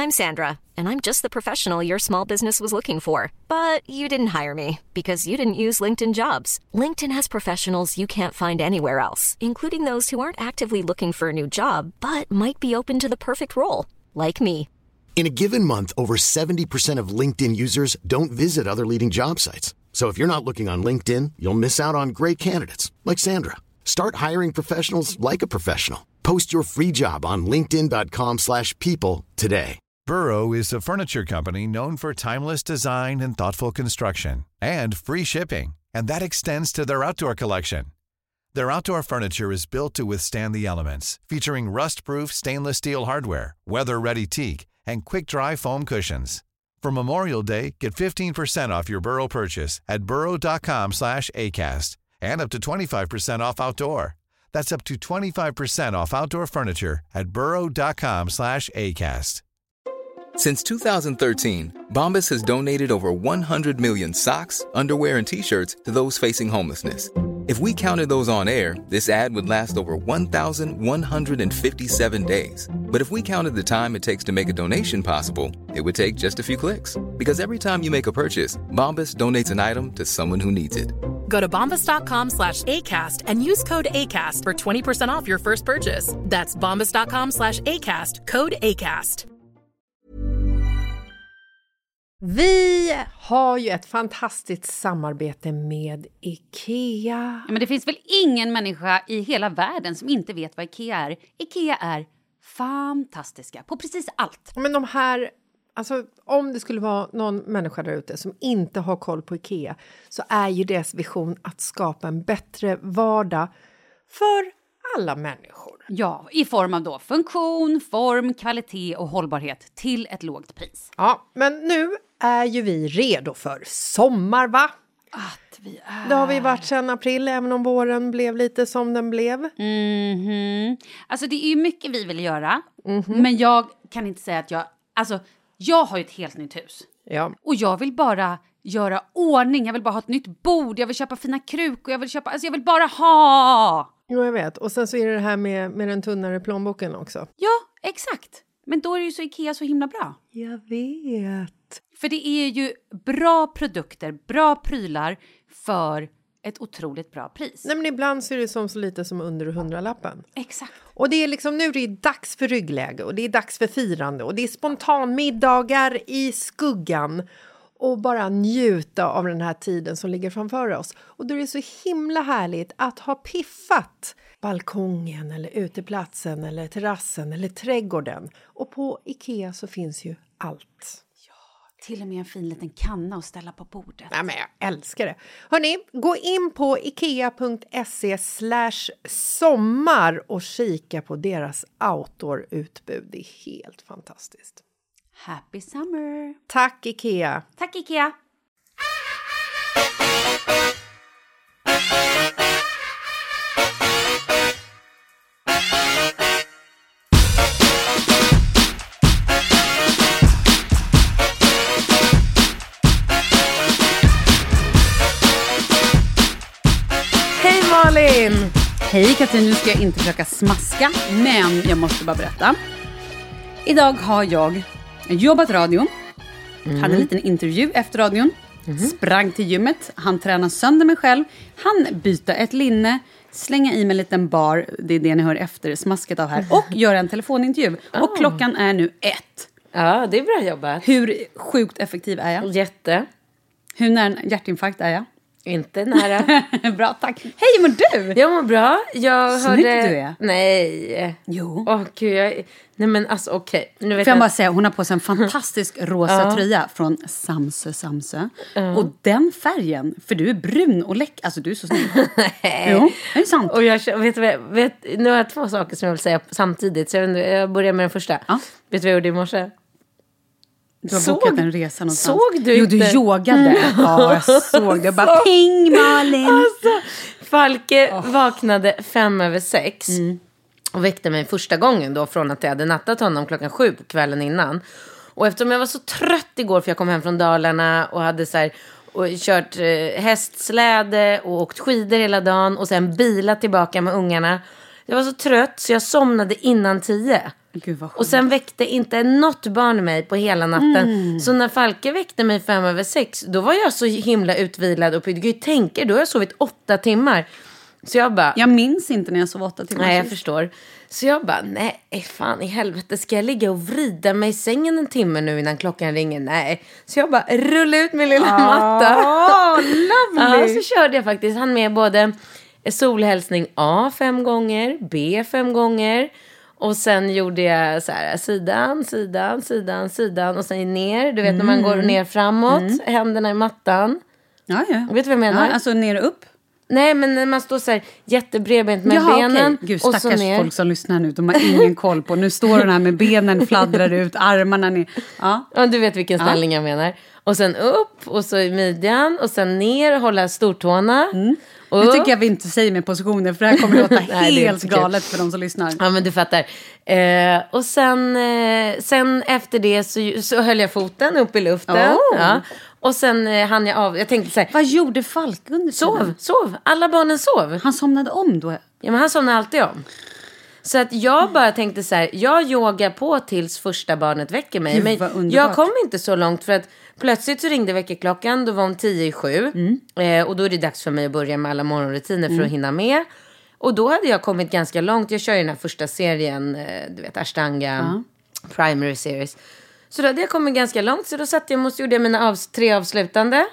I'm Sandra, and I'm just the professional your small business was looking for. But you didn't hire me because you didn't use LinkedIn Jobs. LinkedIn has professionals you can't find anywhere else, including those who aren't actively looking for a new job, but might be open to the perfect role, like me. In a given month, over 70% of LinkedIn users don't visit other leading job sites. So if you're not looking on LinkedIn, you'll miss out on great candidates like Sandra. Start hiring professionals like a professional. Post your free job on linkedin.com/people today. Burrow is a furniture company known for timeless design and thoughtful construction and free shipping, and that extends to their outdoor collection. Their outdoor furniture is built to withstand the elements, featuring rust-proof stainless steel hardware, weather-ready teak, and quick-dry foam cushions. For Memorial Day, get 15% off your Burrow purchase at burrow.com/acast and up to 25% off outdoor. That's up to 25% off outdoor furniture at burrow.com/acast. Since 2013, Bombas has donated over 100 million socks, underwear, and T-shirts to those facing homelessness. If we counted those on air, this ad would last over 1,157 days. But if we counted the time it takes to make a donation possible, it would take just a few clicks. Because every time you make a purchase, Bombas donates an item to someone who needs it. Go to bombas.com/ACAST and use code ACAST for 20% off your first purchase. That's bombas.com/ACAST, code ACAST. Vi har ju ett fantastiskt samarbete med IKEA. Ja, men det finns väl ingen människa i hela världen som inte vet vad IKEA är. IKEA är fantastiska på precis allt. Men de här, alltså om det skulle vara någon människa där ute som inte har koll på IKEA, så är ju deras vision att skapa en bättre vardag för alla människor. Ja, i form av då funktion, form, kvalitet och hållbarhet till ett lågt pris. Ja, men nu är ju vi redo för sommar, va? Att vi är... Det har vi varit sedan april, även om våren blev lite som den blev. Alltså det är ju mycket vi vill göra. Men jag kan inte säga att jag har ju ett helt nytt hus. Ja. Och jag vill bara göra ordning. Jag vill bara ha ett nytt bord. Jag vill köpa fina krukor. Jag vill bara ha... Jo, jag vet. Och sen så är det här med den tunnare plånboken också. Ja, exakt. Men då är ju så IKEA så himla bra. Jag vet. För det är ju bra produkter, bra prylar för ett otroligt bra pris. Nej, men ibland så är det som så lite som under 100-lappen. Exakt. Och det är liksom, nu är det dags för ryggläge och det är dags för firande och det är spontanmiddagar i skuggan. Och bara njuta av den här tiden som ligger framför oss. Och då är det så himla härligt att ha piffat balkongen eller uteplatsen eller terrassen eller trädgården. Och på IKEA så finns ju allt. Ja, till och med en fin liten kanna att ställa på bordet. Nej, men jag älskar det. Hörrni, gå in på ikea.se/sommar och kika på deras outdoor-utbud. Det är helt fantastiskt. Happy summer! Tack IKEA! Tack IKEA! Hej Malin! Hej Katrin, nu ska jag inte försöka smaska, men jag måste bara berätta. Idag har jag jobbat radio, hade en liten intervju efter radion, sprang till gymmet, han tränar sönder mig själv, han byta ett linne, slänga i mig en liten bar, det är det ni hör efter smasket av här, och göra en telefonintervju. Och klockan är nu 1. Ja, det är bra jobbat. Hur sjukt effektiv är jag? Jätte. Hur nära en hjärtinfarkt är jag? Inte nära. Bra, tack. Hej, hur mår du? Jag mår bra. Jag Snyggt hörde... du är. Nej. Jo. Åh gud, Nej men alltså okej. Nu vet Får jag bara säga, hon har på sig en fantastisk rosa tröja från Samsö. Och den färgen, för du är brun och läck. Alltså du är så snygg. Jo, det är sant. Och jag nu har jag 2 saker som jag vill säga samtidigt. Så jag börjar med den första. Ja. Vet du vad jag gjorde i morse? Du har bokat en resa någonstans. Såg du inte? Jo, du yogade. Ja, jag såg det. Jag bara, ping Malin. Alltså, Falke vaknade 5:05. Och väckte mig första gången då från att jag hade nattat honom 7:00 på kvällen innan. Och eftersom jag var så trött igår för jag kom hem från Dalarna och hade så här, och kört hästsläde och åkt skidor hela dagen och sen bilat tillbaka med ungarna. Jag var så trött så jag somnade innan 10. Gud, vad skönt. Och sen väckte inte något barn mig på hela natten. Så när Falke väckte mig 5:06, då var jag så himla utvilad. Och du kan ju tänka, då har jag sovit 8 timmar. Så jag bara... Jag minns inte när jag sov 8 timmar. Nej, jag förstår. Så jag bara, nej, fan i helvete. Ska jag ligga och vrida mig i sängen en timme nu innan klockan ringer? Nej. Så jag bara rulla ut min lilla matta. Lovely. Så körde jag faktiskt. Han med både solhälsning A 5 gånger, B 5 gånger. Och sen gjorde jag så här, sidan. Och sen ner. Du vet när man går ner framåt. Händerna i mattan. Ja. Vet du vad jag menar? Ja, alltså ner och upp. Nej, men när man står så här jättebredbent med benen. Okej. Gud, och så stackars ner. folk som lyssnar nu. De har ingen koll på. Nu står den här med benen fladdrar ut, armarna ner. Ja, du vet vilken ställning jag menar. Och sen upp, och så i midjan. Och sen ner, hålla stortårna. Nu tycker jag vi inte säger med positioner. För det här kommer att låta Nej, det är helt inte kul. galet för de som lyssnar. Ja, men du fattar. Och sen efter det så höll jag foten upp i luften. Ja. Och sen hann jag av. Jag tänkte så här. Vad gjorde Falk under tiden? Sov. Alla barnen sov. Han somnade om då? Ja, men han somnade alltid om. Så att jag bara tänkte så här. Jag yogar på tills första barnet väcker mig. Gud, men vad underbart. jag kom inte så långt för att plötsligt så ringde väckarklockan. Då var hon 6:50. Och då är det dags för mig att börja med alla morgonrutiner för att hinna med. Och då hade jag kommit ganska långt. Jag kör ju den här första serien, du vet, Ashtanga Primary Series. Så då hade jag kommit ganska långt. Så då satt jag och gjorde mina 3 avslutande.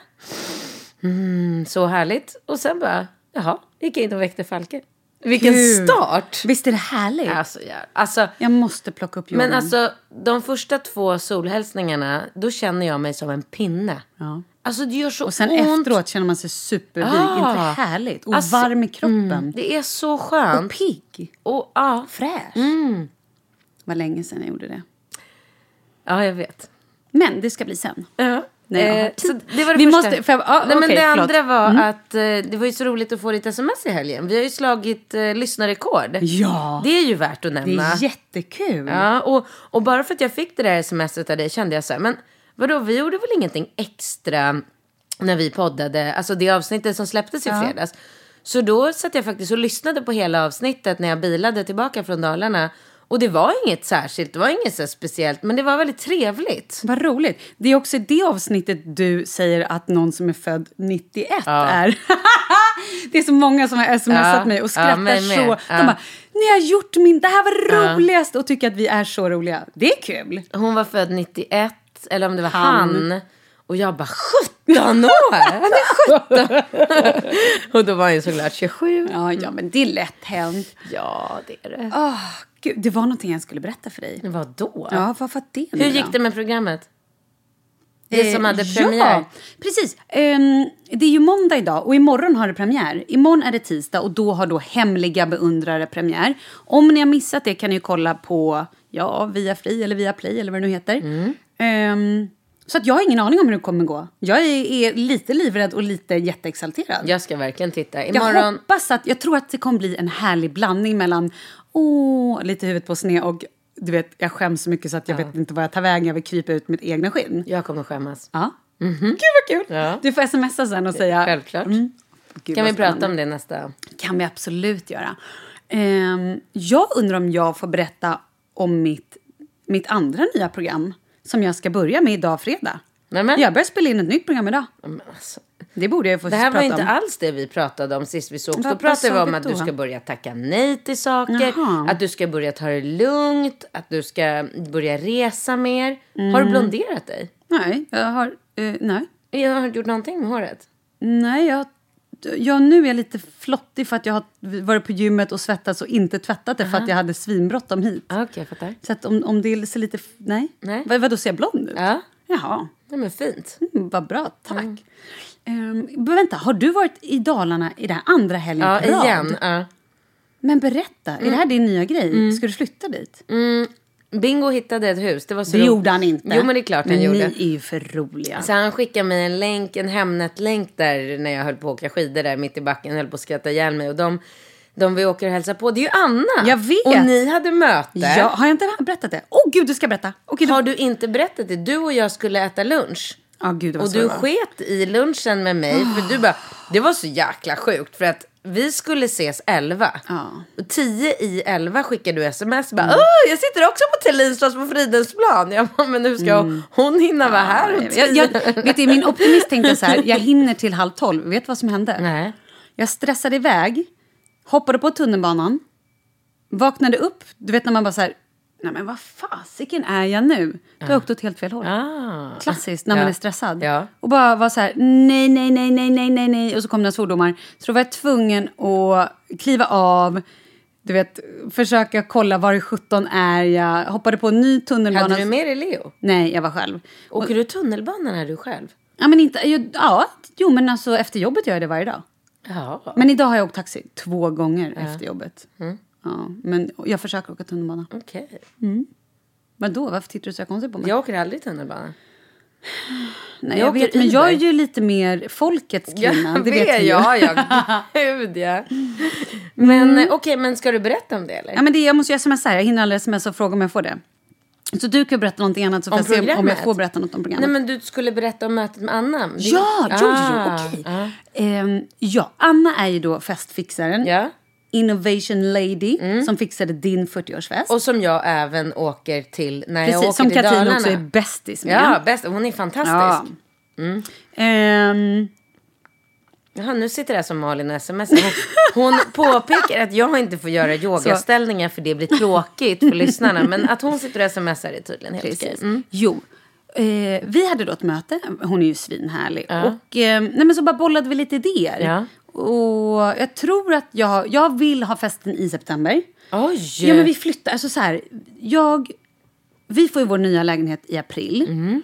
Så härligt. Och sen bara, gick jag in och väckte Falke. Vilken start! Visst är det härligt? Alltså, jag måste plocka upp jorden. Men alltså, de första 2 solhälsningarna, då känner jag mig som en pinne. Ja. Alltså det gör så ont. Och sen efteråt känner man sig supervig. Inte härligt. Och alltså, varm i kroppen. Det är så skönt. Och pigg. Och fräsch. Vad länge sedan jag gjorde det. Ja, jag vet. Men det ska bli sen. Ja. Nej, så det var det första. Men det förlåt. andra var att det var ju så roligt att få ditt sms i helgen. Vi har ju slagit lyssnarrekord. Ja. Det är ju värt att nämna. Det är jättekul. Ja, och bara för att jag fick det där smset av dig kände jag så här, men vadå, vi gjorde väl ingenting extra när vi poddade, alltså det avsnittet som släpptes i fredags. Så då satt jag faktiskt och lyssnade på hela avsnittet när jag bilade tillbaka från Dalarna. Och det var inget särskilt, det var inget så speciellt, men det var väldigt trevligt. Vad roligt. Det är också i det avsnittet du säger att någon som är född 91 är. Det är så många som har smsat mig och skrattar så. De bara, ni har gjort det här var roligast och tycker att vi är så roliga. Det är kul. Hon var född 91, eller om det var han. Och jag bara, 17 år! Han är 17! Och då var han ju såklart 27. Ja, men det är lätt hänt. Ja, det är det. Gud, det var någonting jag skulle berätta för dig. Vad då? Ja, vad var det nu? Hur gick det med programmet? Det som hade premiär. Ja, precis. Det är ju måndag idag och imorgon har det premiär. Imorgon är det tisdag och då har då Hemliga beundrare premiär. Om ni har missat det kan ni ju kolla på via Free eller via Play eller vad det nu heter. Så att jag har ingen aning om hur det kommer gå. Jag är lite livrädd och lite jätteexalterad. Jag ska verkligen titta. Imorgon... Jag tror att det kommer bli en härlig blandning mellan lite huvudet på sned och du vet, jag skäms så mycket så att jag vet inte vad jag tar vägen. Jag vill krypa ut mitt egna skinn. Jag kommer skämmas. Ja. Gud vad kul. Ja. Du får smsa sen och säga. Självklart. Gud, kan vi prata om det nästa? Kan vi absolut göra. Jag undrar om jag får berätta om mitt andra nya program. Som jag ska börja med idag fredag. Men. Jag börjar spela in ett nytt program idag. Alltså. Det borde jag få prata om. Det här var inte om. alls det vi pratade om sist vi såg. Då pratade vi om att du ska börja tacka nej till saker. Jaha. Att du ska börja ta det lugnt. Att du ska börja resa mer. Har du blonderat dig? Nej, nej. Jag har gjort någonting med håret. Nej, nu är jag lite flottig för att jag har varit på gymmet och svettats och inte tvättat det för att jag hade svinbråttom hit. Okej, jag fattar. Så att om det ser lite... Nej. Vadå, ser jag blond ut? Ja. Jaha. Nej, men fint. Vad bra, tack. Men vänta, har du varit i Dalarna i det här andra helgen på rad? Ja, igen. Ja. Men berätta, är det här din nya grej? Ska du flytta dit? Bingo hittade ett hus. Det gjorde han inte. Jo, men det är klart han gjorde. Men ni är ju för roliga. Så han skickade mig en länk, en Hemnet-länk där när jag höll på att åka skidor där mitt i backen. Höll på att skratta ihjäl mig. Och de vi åker och hälsa på, det är ju Anna. Jag vet. Och ni hade möte. Ja, har jag inte berättat det? Gud, du ska berätta. Har du inte berättat det? Du och jag skulle äta lunch. Gud, och du sket i lunchen med mig. För du bara, Det var så jäkla sjukt för att vi skulle ses 11. Och 10:11 skickade du sms. Bara, jag sitter också på Tellinstrås på Fridhemsplan. Jag bara, men nu ska hon hinna vara här. Vet du, min optimist tänkte så här, jag hinner till 11:30. Vet du vad som hände? Nej. Jag stressade iväg, hoppade på tunnelbanan, vaknade upp. Du vet när man bara så här, nej men vad fasiken är jag nu? Då har jag åkt åt helt fel håll. Klassiskt när man är stressad. Ja. Och bara var så här, nej. Och så kom det svordomar. Så då var jag tvungen att kliva av. Du vet, försöka kolla var i 17 är jag. Hoppade på en ny tunnelbana. Hade du med dig Leo? Nej, jag var själv. Åker du tunnelbanan är du själv? Ja, men inte, jo men alltså efter jobbet gör jag det varje dag. Ja. Men idag har jag åkt taxi 2 gånger efter jobbet. Ja, men jag försöker åka tunnelbana. Okej. Men då, varför tittar du så konstigt på mig? Jag åker aldrig tunnelbana. Nej, jag vet, men jag är ju lite mer folkets kvinna. Det vet jag. Gud, ja. Men okej, men ska du berätta om det eller? Ja, men jag måste ju smsa här. Jag hinner aldrig sms och fråga om jag får det. Så du kan berätta någonting annat så får jag se om jag får berätta något om programmet. Nej, men du skulle berätta om mötet med Anna. Okej. Anna är ju då festfixaren. Ja. Innovation lady som fixade din 40-årsfest. Och som jag även åker till när jag åker som till Katrin Dalarna. också är bästis med. Ja, bäst. Hon är fantastisk. Jaha, nu sitter jag som Malin och sms. Hon påpekar att jag inte får göra yogaställningar för det blir tråkigt för lyssnarna. Men att hon sitter och smsar är tydligen helt okej. Jo. Vi hade då ett möte. Hon är ju svinhärlig. Och men så bara bollade vi lite idéer. Ja. Och jag tror att jag vill ha festen i september. Oj! Ja, men vi flyttar. Alltså så här, vi får ju vår nya lägenhet i april.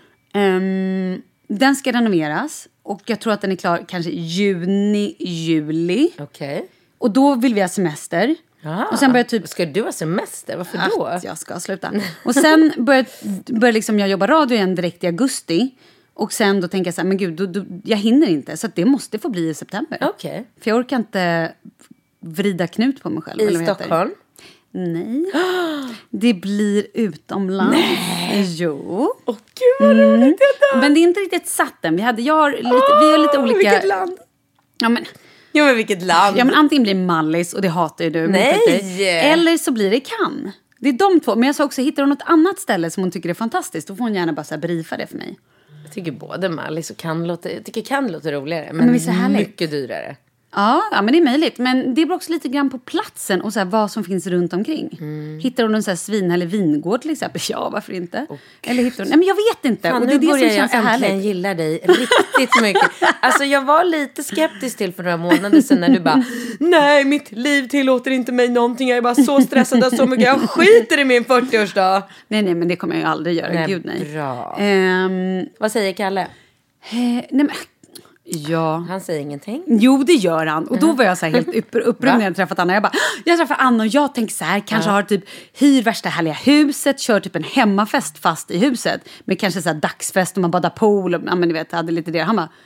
Den ska renoveras. Och jag tror att den är klar kanske juni, juli. Okej. Och då vill vi ha semester. Och sen börjar Ska du ha semester? Varför då? Att jag ska sluta. Och sen börjar liksom jag jobba radio igen direkt i augusti. Och sen då tänker jag så här, men gud, jag hinner inte. Så att det måste få bli i september. Okej. För jag orkar inte vrida knut på mig själv. I Stockholm? Nej. Det blir utomlands. Nej. Jo. Åh, gud vad roligt det. Men det är inte riktigt satt än. Vi har lite olika... Vilket land? Ja, men vilket land? Ja, men antingen blir Mallis och det hatar ju du. Nej! Eller så blir det Cannes. Det är de två. Men jag sa också, hittar hon något annat ställe som hon tycker är fantastiskt, då får hon gärna bara så här briefa det för mig. Jag tycker både Mallis och Cannes låter roligare. Men visst är det härligt? Mycket dyrare. Ja, men det är möjligt. Men det beror också lite grann på platsen och så här, vad som finns runt omkring. Hittar hon en så här svinhärlig vingård till exempel? Ja, varför inte? Eller hittar hon... Nej, men jag vet inte. Fan, och det är nu det som börjar känns så jag härligt. äntligen gilla dig riktigt mycket. Alltså jag var lite skeptisk till för några månader sedan när du bara, nej, mitt liv tillåter inte mig någonting. Jag är bara så stressad och så mycket. Jag skiter i min 40-årsdag. Nej, men det kommer jag ju aldrig göra. Nej, Gud, nej. Bra. Vad säger Kalle? Nej, men... Ja. Han säger ingenting. Jo, det gör han. Och då var jag så här helt upprymd när jag träffat Anna. Jag träffar Anna och jag tänker så här, kanske har typ hyr värsta härliga huset, kör typ en hemmafest fast i huset. Med kanske så här dagsfest och man badar pool och ja, men ni vet, hade lite det. Han bara,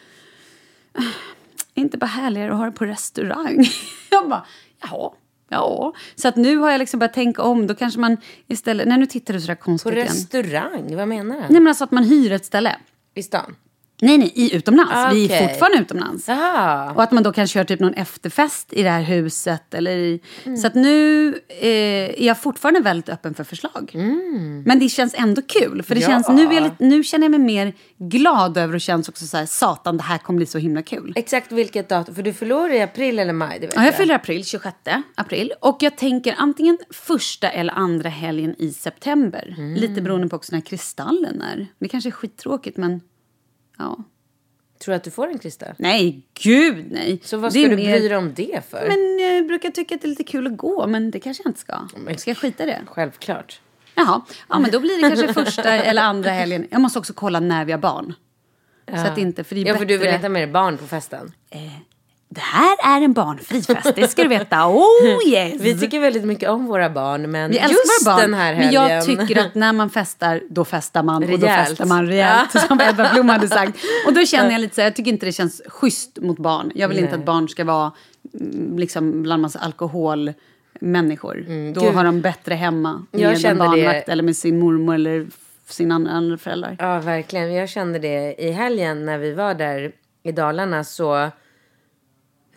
inte bara härligare att ha det på restaurang. Jag bara, ja. Så att nu har jag liksom börjat tänka om. Då kanske man istället, nu tittar du så där konstigt igen. På restaurang? Vad menar du? Nej, men alltså att man hyr ett ställe. I stan? Nej, utomlands. Okay. Vi är fortfarande utomlands. Aha. Och att man då kan köra typ någon efterfest i det här huset. Så att nu är jag fortfarande väldigt öppen för förslag. Men det känns ändå kul. För det känns, nu känner jag mig mer glad över och känns också så här, satan, det här kommer bli så himla kul. Exakt vilket datum? För du förlorar i april eller maj? Det vet jag fyller april, 26 april. Och jag tänker antingen första eller andra helgen i september. Lite beroende på också när kristallen är. Det kanske är skittråkigt, men... Ja. Tror du att du får en kristall? Nej, gud nej. Så vad ska du bry dig om det för? Men jag brukar tycka att det är lite kul att gå, men det kanske jag inte ska. Ska jag skita i det? Självklart. Jaha, ja, men då blir det kanske första eller andra helgen. Jag måste också kolla när vi har barn. Ja. Så att inte, för det är bättre... för du vill inte med dig barn på festen. Det här är en barnfri fest, det ska du veta. Oh yes! Vi tycker väldigt mycket om våra barn, men vi just barn, den här helgen. Men jag tycker att när man festar, då festar man. Rejält. Och då festar man rejält, som Edvard Blom hade sagt. Och då känner jag lite så här, jag tycker inte det känns schysst mot barn. Jag vill inte att barn ska vara liksom bland massa alkoholmänniskor. Då har de bättre hemma med en barnvakt eller med sin mormor eller sin andra föräldrar. Ja, verkligen. Jag kände det i helgen när vi var där i Dalarna, så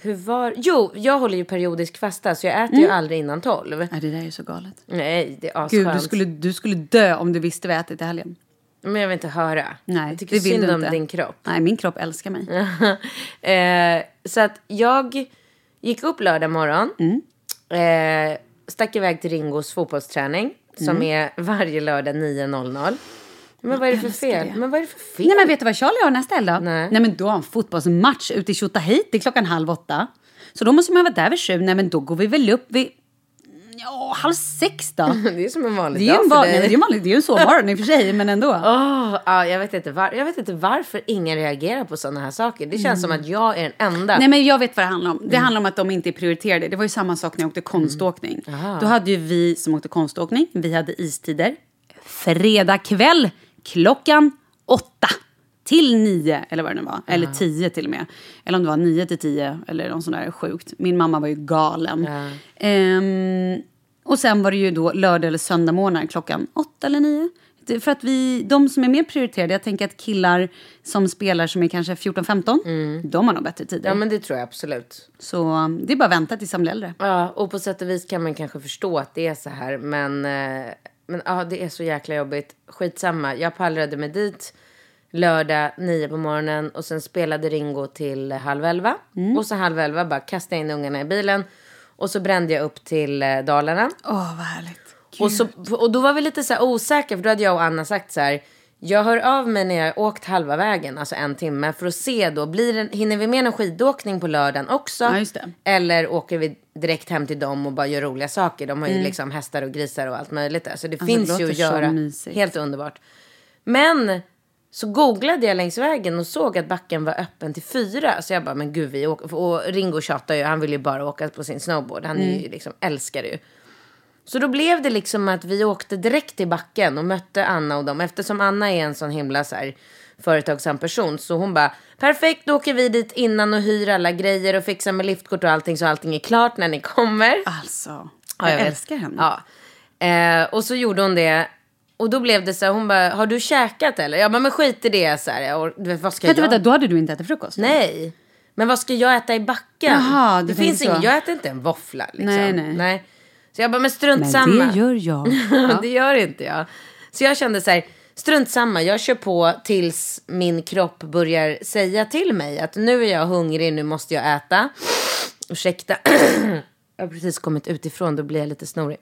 Jo, jag håller ju periodisk fasta så jag äter ju aldrig innan 12. Ja, det där är ju så galet. Nej, det är asskönt. Gud, du skulle dö om du visste vad jag ätit i helgen. Men jag vill inte höra. Nej, jag tycker det vill synd du om inte. din kropp. Nej, min kropp älskar mig. Så att jag gick upp lördag morgon. Stack iväg till Ringos fotbollsträning. Som är varje lördag 9:00. Men vad är det för fel? det. Men vad är det för fel? Nej, men vet du vad Charlie har nästa helg då? Nej. Men då har en fotbollsmatch ute i Tjotahejt. Det är 7:30. Så då måste man vara där vid 7. Nej, men då går vi väl upp vid 5:30 då. Det är som en vanlig Det är dag ju för dig. det är ju en sovmorgon i och för sig, men ändå. Jag vet inte varför ingen reagerar på sådana här saker. Det känns som att jag är den enda. Nej, men jag vet vad det handlar om. Det handlar om att de inte är prioriterade. Det var ju samma sak när jag åkte konståkning. Då hade ju vi som åkte konståkning, vi hade istider. Fredag kväll 8:00 till 9, eller vad det nu var. Eller 10 till och med. Eller om det var 9 till 10, eller någon sån där sjukt. Min mamma var ju galen. Och sen var det ju då lördag eller söndag morgon 8 eller 9. För att de som är mer prioriterade, jag tänker att killar som spelar som är kanske 14-15, de har nog bättre tider. Ja, men det tror jag absolut. Så det är bara att vänta tills han blir äldre. Ja, och på sätt och vis kan man kanske förstå att det är så här. Men det är så jäkla jobbigt. Skitsamma, jag pallrade mig dit lördag 9 på morgonen. Och sen spelade Ringo till 10:30. Och så 10:30 bara kastade in ungarna i bilen. Och så brände jag upp till Dalarna. Vad härligt. Och då var vi lite så här osäkra. För då hade jag och Anna sagt så här. Jag hör av mig när jag åkt halva vägen. Alltså 1 timme. För att se då. Hinner vi med en skidåkning på lördagen också? Ja, just det. Eller åker vi direkt hem till dem och bara gör roliga saker. De har ju liksom hästar och grisar och allt möjligt där. Så det finns ju att göra. Helt underbart. Men så googlade jag längs vägen och såg att backen var öppen till 4. Så jag bara, men gud, vi åker. Och Ringo tjatar ju, han vill ju bara åka på sin snowboard. Han är ju liksom, älskar det ju. Så då blev det liksom att vi åkte direkt till backen och mötte Anna och dem. Eftersom Anna är en sån himla så här företagsam person. Så hon bara, perfekt, då åker vi dit innan och hyr alla grejer och fixar med liftkort och allting. Så allting är klart när ni kommer. Alltså, jag älskar henne. Ja. Och så gjorde hon det. Och då blev det så här, hon bara, har du käkat eller? Jag bara, men skit i det så här. Vad ska Vänta, då hade du inte ätit frukost? Nej. Men vad ska jag äta i backen? Jaha, det finns ingen, jag äter inte en våffla liksom. Nej. Så jag bara, men strunt samma. Men det gör jag. Det gör inte jag. Så jag kände så här, strunt samma. Jag kör på tills min kropp börjar säga till mig att nu är jag hungrig, nu måste jag äta. Ursäkta. Jag har precis kommit utifrån, då blir jag lite snorig.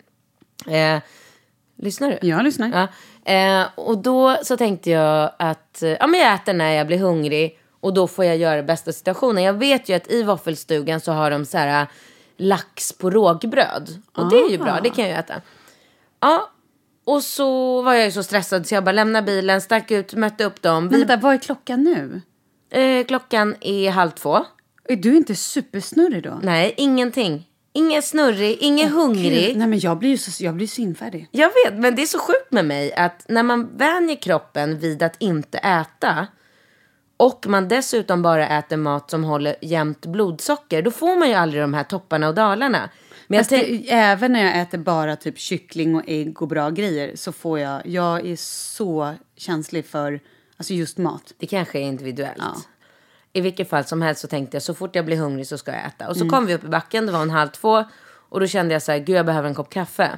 Lyssnar du? Jag lyssnar. Ja. Och då så tänkte jag att men jag äter när jag blir hungrig. Och då får jag göra bästa situationen. Jag vet ju att i våffelstugan så har de så här lax på rågbröd. Och det är ju bra, det kan jag äta. Ja, och så var jag ju så stressad så jag bara lämnade bilen, stack ut, mötte upp dem. Men vänta, vad är klockan nu? Klockan är 1:30. Är du inte supersnurrig då? Nej, ingenting. Ingen snurrig, ingen hungrig. Gud. Nej, men jag blir så infärdig. Jag vet, men det är så sjukt med mig att när man vänjer kroppen vid att inte äta och man dessutom bara äter mat som håller jämnt blodsocker, då får man ju aldrig de här topparna och dalarna. Men även när jag äter bara typ kyckling och ägg och bra grejer så får jag är så känslig för alltså just mat. Det kanske är individuellt. Ja. I vilket fall som helst så tänkte jag så fort jag blir hungrig så ska jag äta. Och så kom vi upp i backen, det var 1:30 och då kände jag så här, gud jag behöver en kopp kaffe.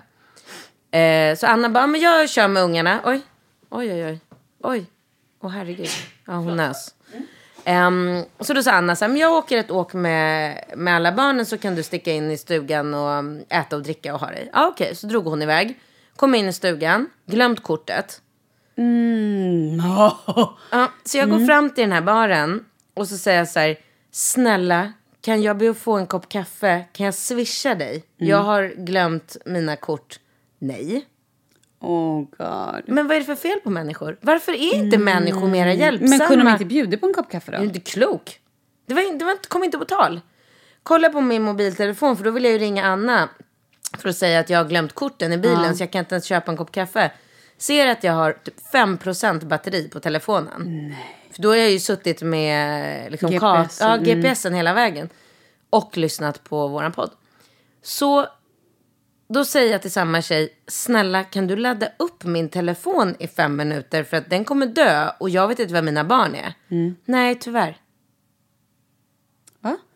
Så Anna bara, men jag kör med ungarna. Oj. Åh herregud. Ja, hon nös. Så då sa Anna så här, men jag åker ett åk med alla barnen så kan du sticka in i stugan och äta och dricka och ha dig. Ja, okej. Så drog hon iväg. Kom in i stugan, glömt kortet. Ja, så jag går fram till den här baren och så säger jag så här, snälla, kan jag be att få en kopp kaffe? Kan jag swisha dig? Jag har glömt mina kort. Nej. Oh god. Men vad är det för fel på människor? Varför är inte människor mera hjälpsamma? Men kunde de inte bjuda på en kopp kaffe då? Du är inte klok. Kom inte på tal. Kolla på min mobiltelefon för då vill jag ju ringa Anna för att säga att jag har glömt korten i bilen så jag kan inte ens köpa en kopp kaffe. Ser att jag har typ 5% batteri på telefonen. Nej. För då har jag ju suttit med liksom GPSen hela vägen och lyssnat på våran podd. Så då säger jag till samma tjej, snälla kan du ladda upp min telefon i 5 minuter för att den kommer dö och jag vet inte vad mina barn är. Nej, tyvärr. Va?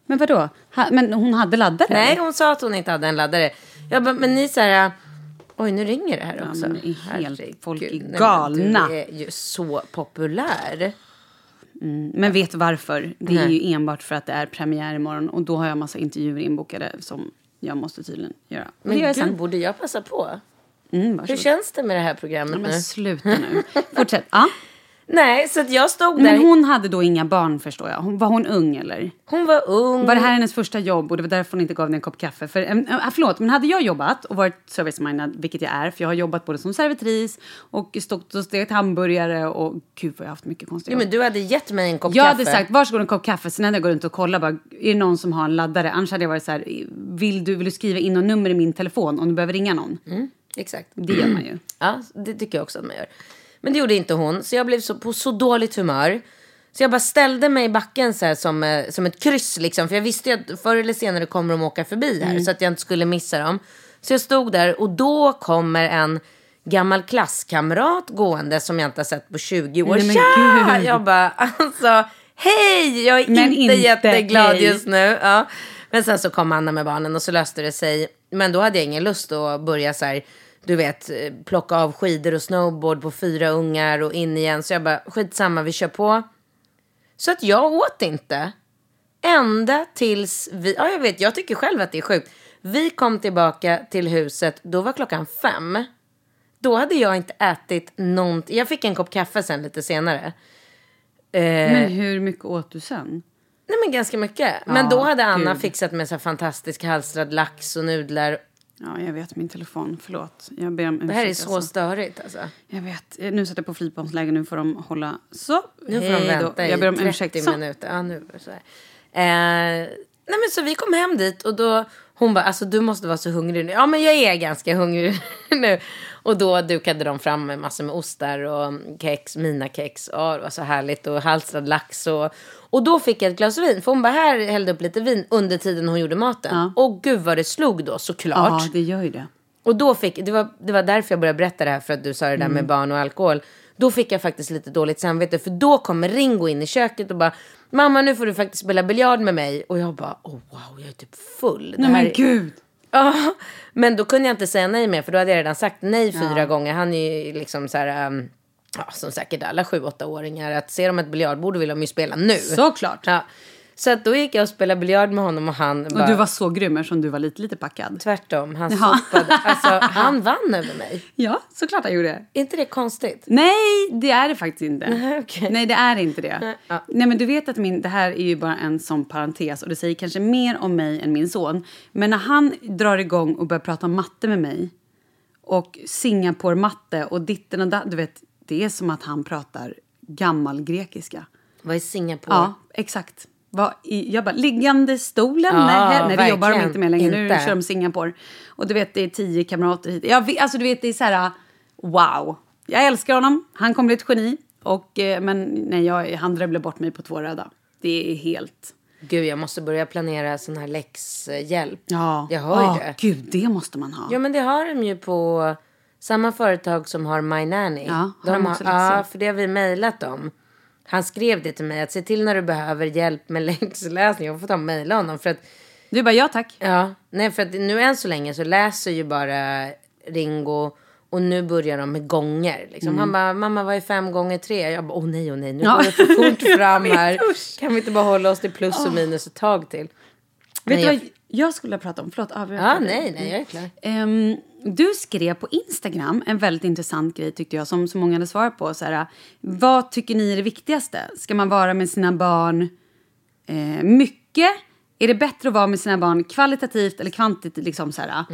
Men vadå? Men hon hade laddare? Nej, eller? hon sa att hon inte hade en laddare. Jag bara, men ni så här... Oj, nu ringer det här också. Men helt, folk är Nej, galna. du är ju så populär. Men vet du varför? Det är ju enbart för att det är premiär imorgon. Och då har jag massa intervjuer inbokade som jag måste tydligen göra. Men det gud, borde jag passa på? Varsågod. Hur känns det med det här programmet nu? Men sluta nu. Fortsätt. Ja. Nej, så att jag stod där. Men hon hade då inga barn, förstår jag. Var hon ung, eller? Hon var ung. Var det här hennes första jobb och det var därför hon inte gav dig en kopp kaffe? Förlåt, men hade jag jobbat och varit service-minded, vilket jag är, för jag har jobbat både som servitris och stått och stekt hamburgare och gud vad jag har haft mycket konstiga jobb. Men du hade gett mig en kopp jag kaffe. hade sagt, varsågod en kopp kaffe. Sen hade jag gått runt och kollat, bara, är det någon som har en laddare? Annars hade jag varit så här, vill du skriva in något nummer i min telefon om du behöver ringa någon? Exakt. Det gör man ju. Ja, det tycker jag också att man gör. Men det gjorde inte hon. Så jag blev på så dåligt humör. Så jag bara ställde mig i backen så här som ett kryss liksom. För jag visste ju att förr eller senare kommer de åka förbi här. Så att jag inte skulle missa dem. Så jag stod där och då kommer en gammal klasskamrat gående som jag inte har sett på 20 år. Nej, men Tja! gud. Jag bara, alltså, hej! Jag är Men inte jätteglad hej. just nu. Ja. Men sen så kom Anna med barnen och så löste det sig. Men då hade jag ingen lust att börja så här... Du vet, plocka av skidor och snowboard på 4 ungar och in igen. Så jag bara, skitsamma, vi kör på. Så att jag åt inte. Ända tills vi... Ja, jag vet, jag tycker själv att det är sjukt. Vi kom tillbaka till huset, då var klockan 5. Då hade jag inte ätit någonting. Jag fick en kopp kaffe sen lite senare. Men hur mycket åt du sen? Nej, men ganska mycket. Men då hade Anna fixat med så här fantastisk halstrad lax och nudlar. Ja, jag vet, min telefon. Förlåt. Jag ber om ursäkt. Det här är så störigt alltså. Jag vet. Nu sätter jag på flygplansläge. Nu får de hålla så. Nu får de vänta jag ber om i 30 ursäkt. minuter. Ja, nu så här. Nej, men så vi kom hem dit och då... Hon bara, alltså du måste vara så hungrig nu. Ja, men jag är ganska hungrig nu. Och då dukade de fram med massor med ostar och kex, mina kex. Och det var så härligt. Och halstrad lax. Och då fick jag ett glas vin. För hon bara, här hällde upp lite vin under tiden hon gjorde maten. Ja. Och gud vad det slog då, såklart. Ja, det gör ju det. Och då det var därför jag började berätta det här. För att du sa det där med barn och alkohol. Då fick jag faktiskt lite dåligt samvete. För då kommer Ringo in i köket och bara... Mamma, nu får du faktiskt spela biljard med mig. Och jag bara, oh wow, jag är typ full. Nej men gud. Ja, men då kunde jag inte säga nej mer. För då hade jag redan sagt nej 4 gånger. Han är ju liksom så här... som säkert alla 7-8-åringar. Att ser de ett biljardbord vill de ju spela nu. Såklart. Ja. Så att då gick jag och spelade biljard med honom och han... Och du var så grym som du var lite packad. Tvärtom, han sopade. Alltså, han vann över mig. Ja, såklart jag gjorde. Är inte det konstigt? Nej, det är det faktiskt inte. Nej, okej. Nej, det är inte det. Ja. Nej, men du vet att det här är ju bara en sån parentes. Och det säger kanske mer om mig än min son. Men när han drar igång och börjar prata matte med mig. Och Singapore-matte och ditten och datten. Du vet, det är som att han pratar gammal grekiska. Vad är Singapore? Ja, exakt. Jag bara, liggande stolen? Ja, Nej, det jobbar de verkligen inte med längre. Nu inte. kör de Singapore. Och du vet, det är 10 kamrater hit. Alltså du vet, det är så här, wow. Jag älskar honom. Han kommer bli ett geni. Men nej, han dribblar bort mig på 2 röda. Det är helt... Gud, jag måste börja planera sån här läxhjälp. Ja. Jag hör ju det. Gud, det måste man ha. Ja, men det har de ju på samma företag som har My Nanny. Ja, har de också läxor? Ja, för det har vi mejlat om. Han skrev det till mig, att se till när du behöver hjälp med läxläsning. Jag får ta och mejla honom för att... Du bara, ja tack. Ja, nej, för att nu än så länge så läser ju bara Ringo. Och nu börjar de med gånger. Liksom. Han bara, mamma vad är 5 gånger 3? Jag bara, åh nej, nu går det för fort fram här. Kan vi inte bara hålla oss till plus och minus ett tag till? Vet du vad jag skulle prata om? Förlåt, nej, jag är klar. Du skrev på Instagram en väldigt intressant grej tyckte jag. Som så många hade svarat på. Så här, vad tycker ni är det viktigaste? Ska man vara med sina barn mycket? Är det bättre att vara med sina barn kvalitativt eller kvantitativt? Liksom så här,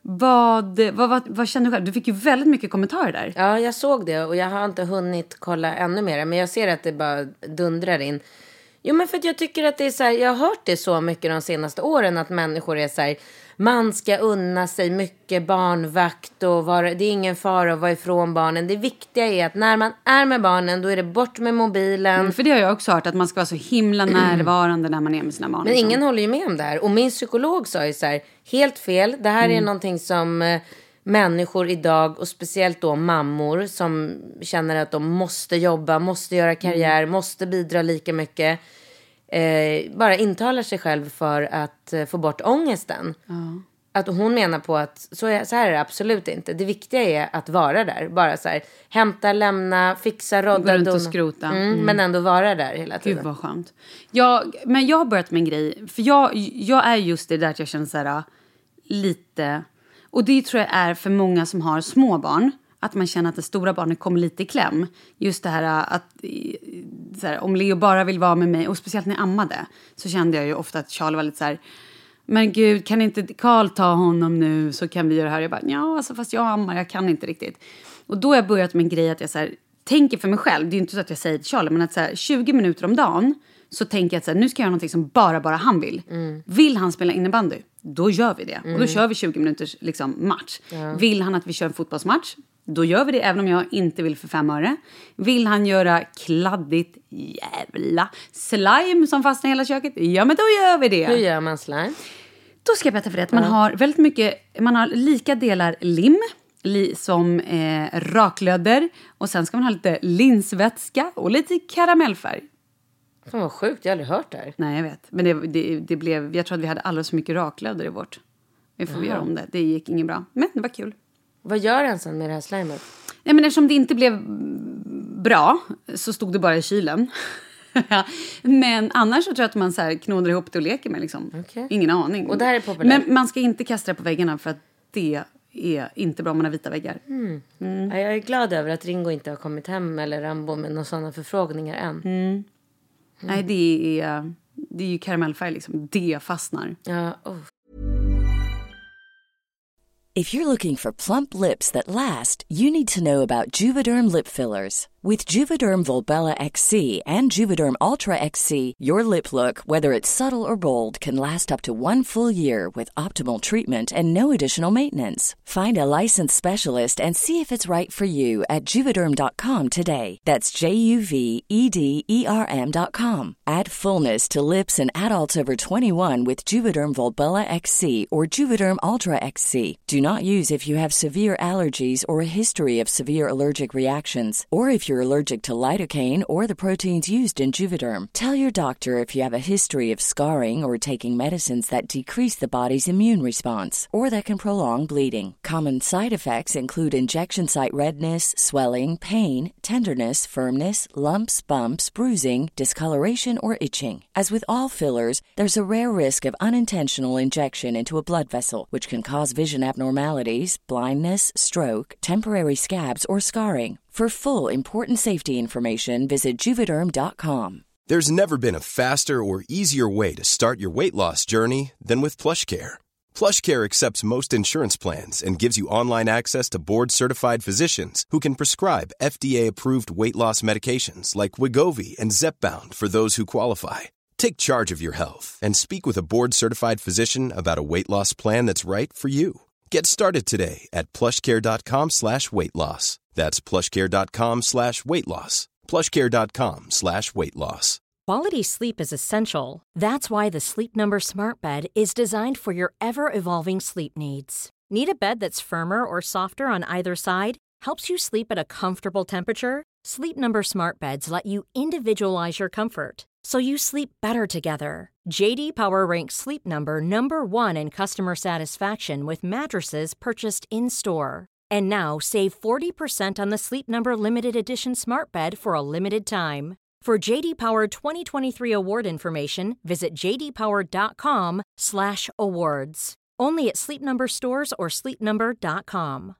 vad känner du själv? Du fick ju väldigt mycket kommentarer där. Ja, jag såg det och jag har inte hunnit kolla ännu mer. Men jag ser att det bara dundrar in. Jo, men för att jag tycker att det är så här, jag har hört det så mycket de senaste åren att människor är så här, man ska unna sig mycket barnvakt och det är ingen fara att vara ifrån barnen. Det viktiga är att när man är med barnen då är det bort med mobilen. För det har jag också hört, att man ska vara så himla närvarande när man är med sina barn. Men ingen håller ju med om det här. Och min psykolog sa ju så här, helt fel. Det här är någonting som människor idag, och speciellt då mammor som känner att de måste jobba, måste göra karriär, måste bidra lika mycket. bara intalar sig själv för att få bort ångesten. Att hon menar på att så här är det absolut inte. Det viktiga är att vara där. Bara så här, hämta, lämna, fixa, rodda, gå runt och skrota. Men ändå vara där hela tiden. Gud vad skönt. Men jag har börjat med en grej. För jag är just det där att jag känner så här lite... Och det tror jag är för många som har små barn. Att man känner att det stora barnet kommer lite i kläm. Just det här att så här, om Leo bara vill vara med mig. Och speciellt när jag ammade. Så kände jag ju ofta att Charlie var lite så här... Men gud, kan inte Carl ta honom nu så kan vi göra det här. Jag bara, ja, alltså, fast jag ammar, jag kan inte riktigt. Och då har jag börjat med en grej att jag så här, tänker för mig själv. Det är inte så att jag säger till Charlie, men att så här, 20 minuter om dagen så tänker jag att så här, nu ska jag göra någonting som bara han vill. Vill han spela innebandy? Då gör vi det. Och då kör vi 20 minuters liksom, match. Vill han att vi kör en fotbollsmatch? Då gör vi det, även om jag inte vill för 5 öre. Vill han göra kladdigt jävla slime som fastnar i hela köket? Ja, men då gör vi det. Hur gör man slime? Då ska jag berätta för dig att man har väldigt mycket... Man har lika delar lim som raklödder. Och sen ska man ha lite linsvätska och lite karamellfärg. Fan vad sjukt, jag har aldrig hört det här. Nej, jag vet. Men det blev... Jag tror att vi hade alldeles så mycket raklödder i vårt. Vi får göra om det. Det gick inget bra. Men det var kul. Vad gör han sen med det här slimet? Nej, men eftersom det inte blev bra så stod det bara i kylen. Men annars så tror jag att man så här knådar ihop det och leker med liksom. Okay. Ingen aning. Och det här är populärt. Men man ska inte kasta det på väggarna för att det är inte bra om man har vita väggar. Jag är glad över att Ringo inte har kommit hem eller Rambo med några sådana förfrågningar än. Nej, det är ju karamellfärg liksom. Det fastnar. Ja, If you're looking for plump lips that last, you need to know about Juvederm lip fillers. With Juvederm Volbella XC and Juvederm Ultra XC, your lip look, whether it's subtle or bold, can last up to 1 full year with optimal treatment and no additional maintenance. Find a licensed specialist and see if it's right for you at Juvederm.com today. That's JUVEDERM.com. Add fullness to lips in adults over 21 with Juvederm Volbella XC or Juvederm Ultra XC. Do not use if you have severe allergies or a history of severe allergic reactions, or if you're allergic to lidocaine or the proteins used in Juvederm. Tell your doctor if you have a history of scarring or taking medicines that decrease the body's immune response or that can prolong bleeding. Common side effects include injection site redness, swelling, pain, tenderness, firmness, lumps, bumps, bruising, discoloration, or itching. As with all fillers, there's a rare risk of unintentional injection into a blood vessel, which can cause vision abnormalities, blindness, stroke, temporary scabs, or scarring. For full, important safety information, visit Juvederm.com. There's never been a faster or easier way to start your weight loss journey than with PlushCare. PlushCare accepts most insurance plans and gives you online access to board-certified physicians who can prescribe FDA-approved weight loss medications like Wegovy and Zepbound for those who qualify. Take charge of your health and speak with a board-certified physician about a weight loss plan that's right for you. Get started today at plushcare.com/weightloss. That's plushcare.com/weightloss. plushcare.com/weightloss. Quality sleep is essential. That's why the Sleep Number Smart Bed is designed for your ever-evolving sleep needs. Need a bed that's firmer or softer on either side? Helps you sleep at a comfortable temperature? Sleep Number Smart Beds let you individualize your comfort, so you sleep better together. JD Power ranks Sleep Number #1 in customer satisfaction with mattresses purchased in-store. And now, save 40% on the Sleep Number Limited Edition Smart Bed for a limited time. For JD Power 2023 award information, visit jdpower.com/awards. Only at Sleep Number stores or sleepnumber.com.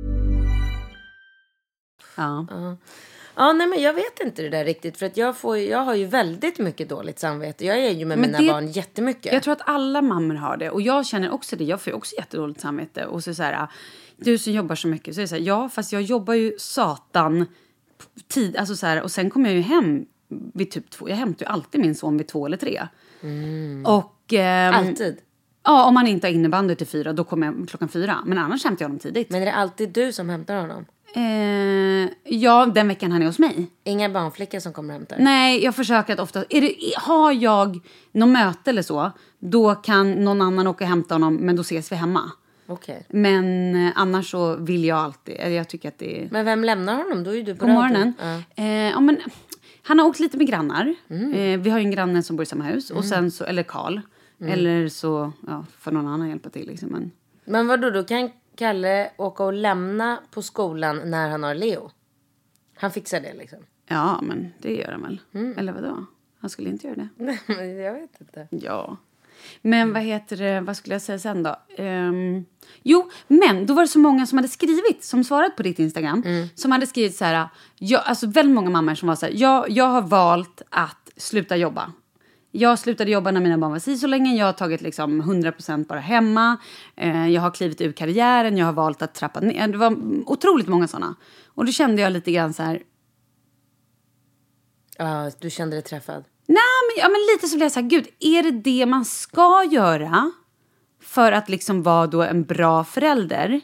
Ja, nej, men jag vet inte det där riktigt. För att jag har ju väldigt mycket dåligt samvete. Jag är ju med mina barn jättemycket. Jag tror att alla mammor har det. Och jag känner också det. Jag får också jättedåligt samvete. Och så här, du som jobbar så mycket. Så är det så här, ja, fast jag jobbar ju satan tid. Alltså så här, och sen kommer jag ju hem vid typ 2. Jag hämtar ju alltid min son vid 2 eller 3. Och... alltid? Ja, om man inte har innebandy till 4, då kommer jag klockan 4. Men annars hämtar jag honom tidigt. Men är det alltid du som hämtar honom? Ja, den veckan han är hos mig. Inga barnflickor som kommer och hämtar? Nej, jag försöker att ofta... Har jag någon möte eller så, då kan någon annan åka och hämta honom, men då ses vi hemma. Okay. Men annars så vill jag alltid... Jag tycker att det är... Men vem lämnar honom? Då är du på morgonen. Ja, men Han har åkt lite med grannar. Vi har ju en granne som bor i samma hus. Och sen så, eller Karl. Eller så, för någon annan hjälpa till liksom. Men vadå, då kan Kalle åka och lämna på skolan när han har Leo? Han fixar det liksom? Ja, men det gör han väl. Eller vadå? Han skulle inte göra det. Nej, men jag vet inte. Ja. Men vad skulle jag säga sen då? Jo, men då var det så många som hade skrivit, som svarat på ditt Instagram. Som hade skrivit så här, alltså väldigt många mammor som var så här, jag har valt att sluta jobba. Jag slutade jobba när mina barn var så länge. Jag har tagit liksom 100% bara hemma. Jag har klivit ur karriären. Jag har valt att trappa ner. Det var otroligt många sådana. Och då kände jag lite grann så här. Ja, du kände dig träffad? Nej, men lite så blev jag så här, gud, är det man ska göra för att liksom vara då en bra förälder?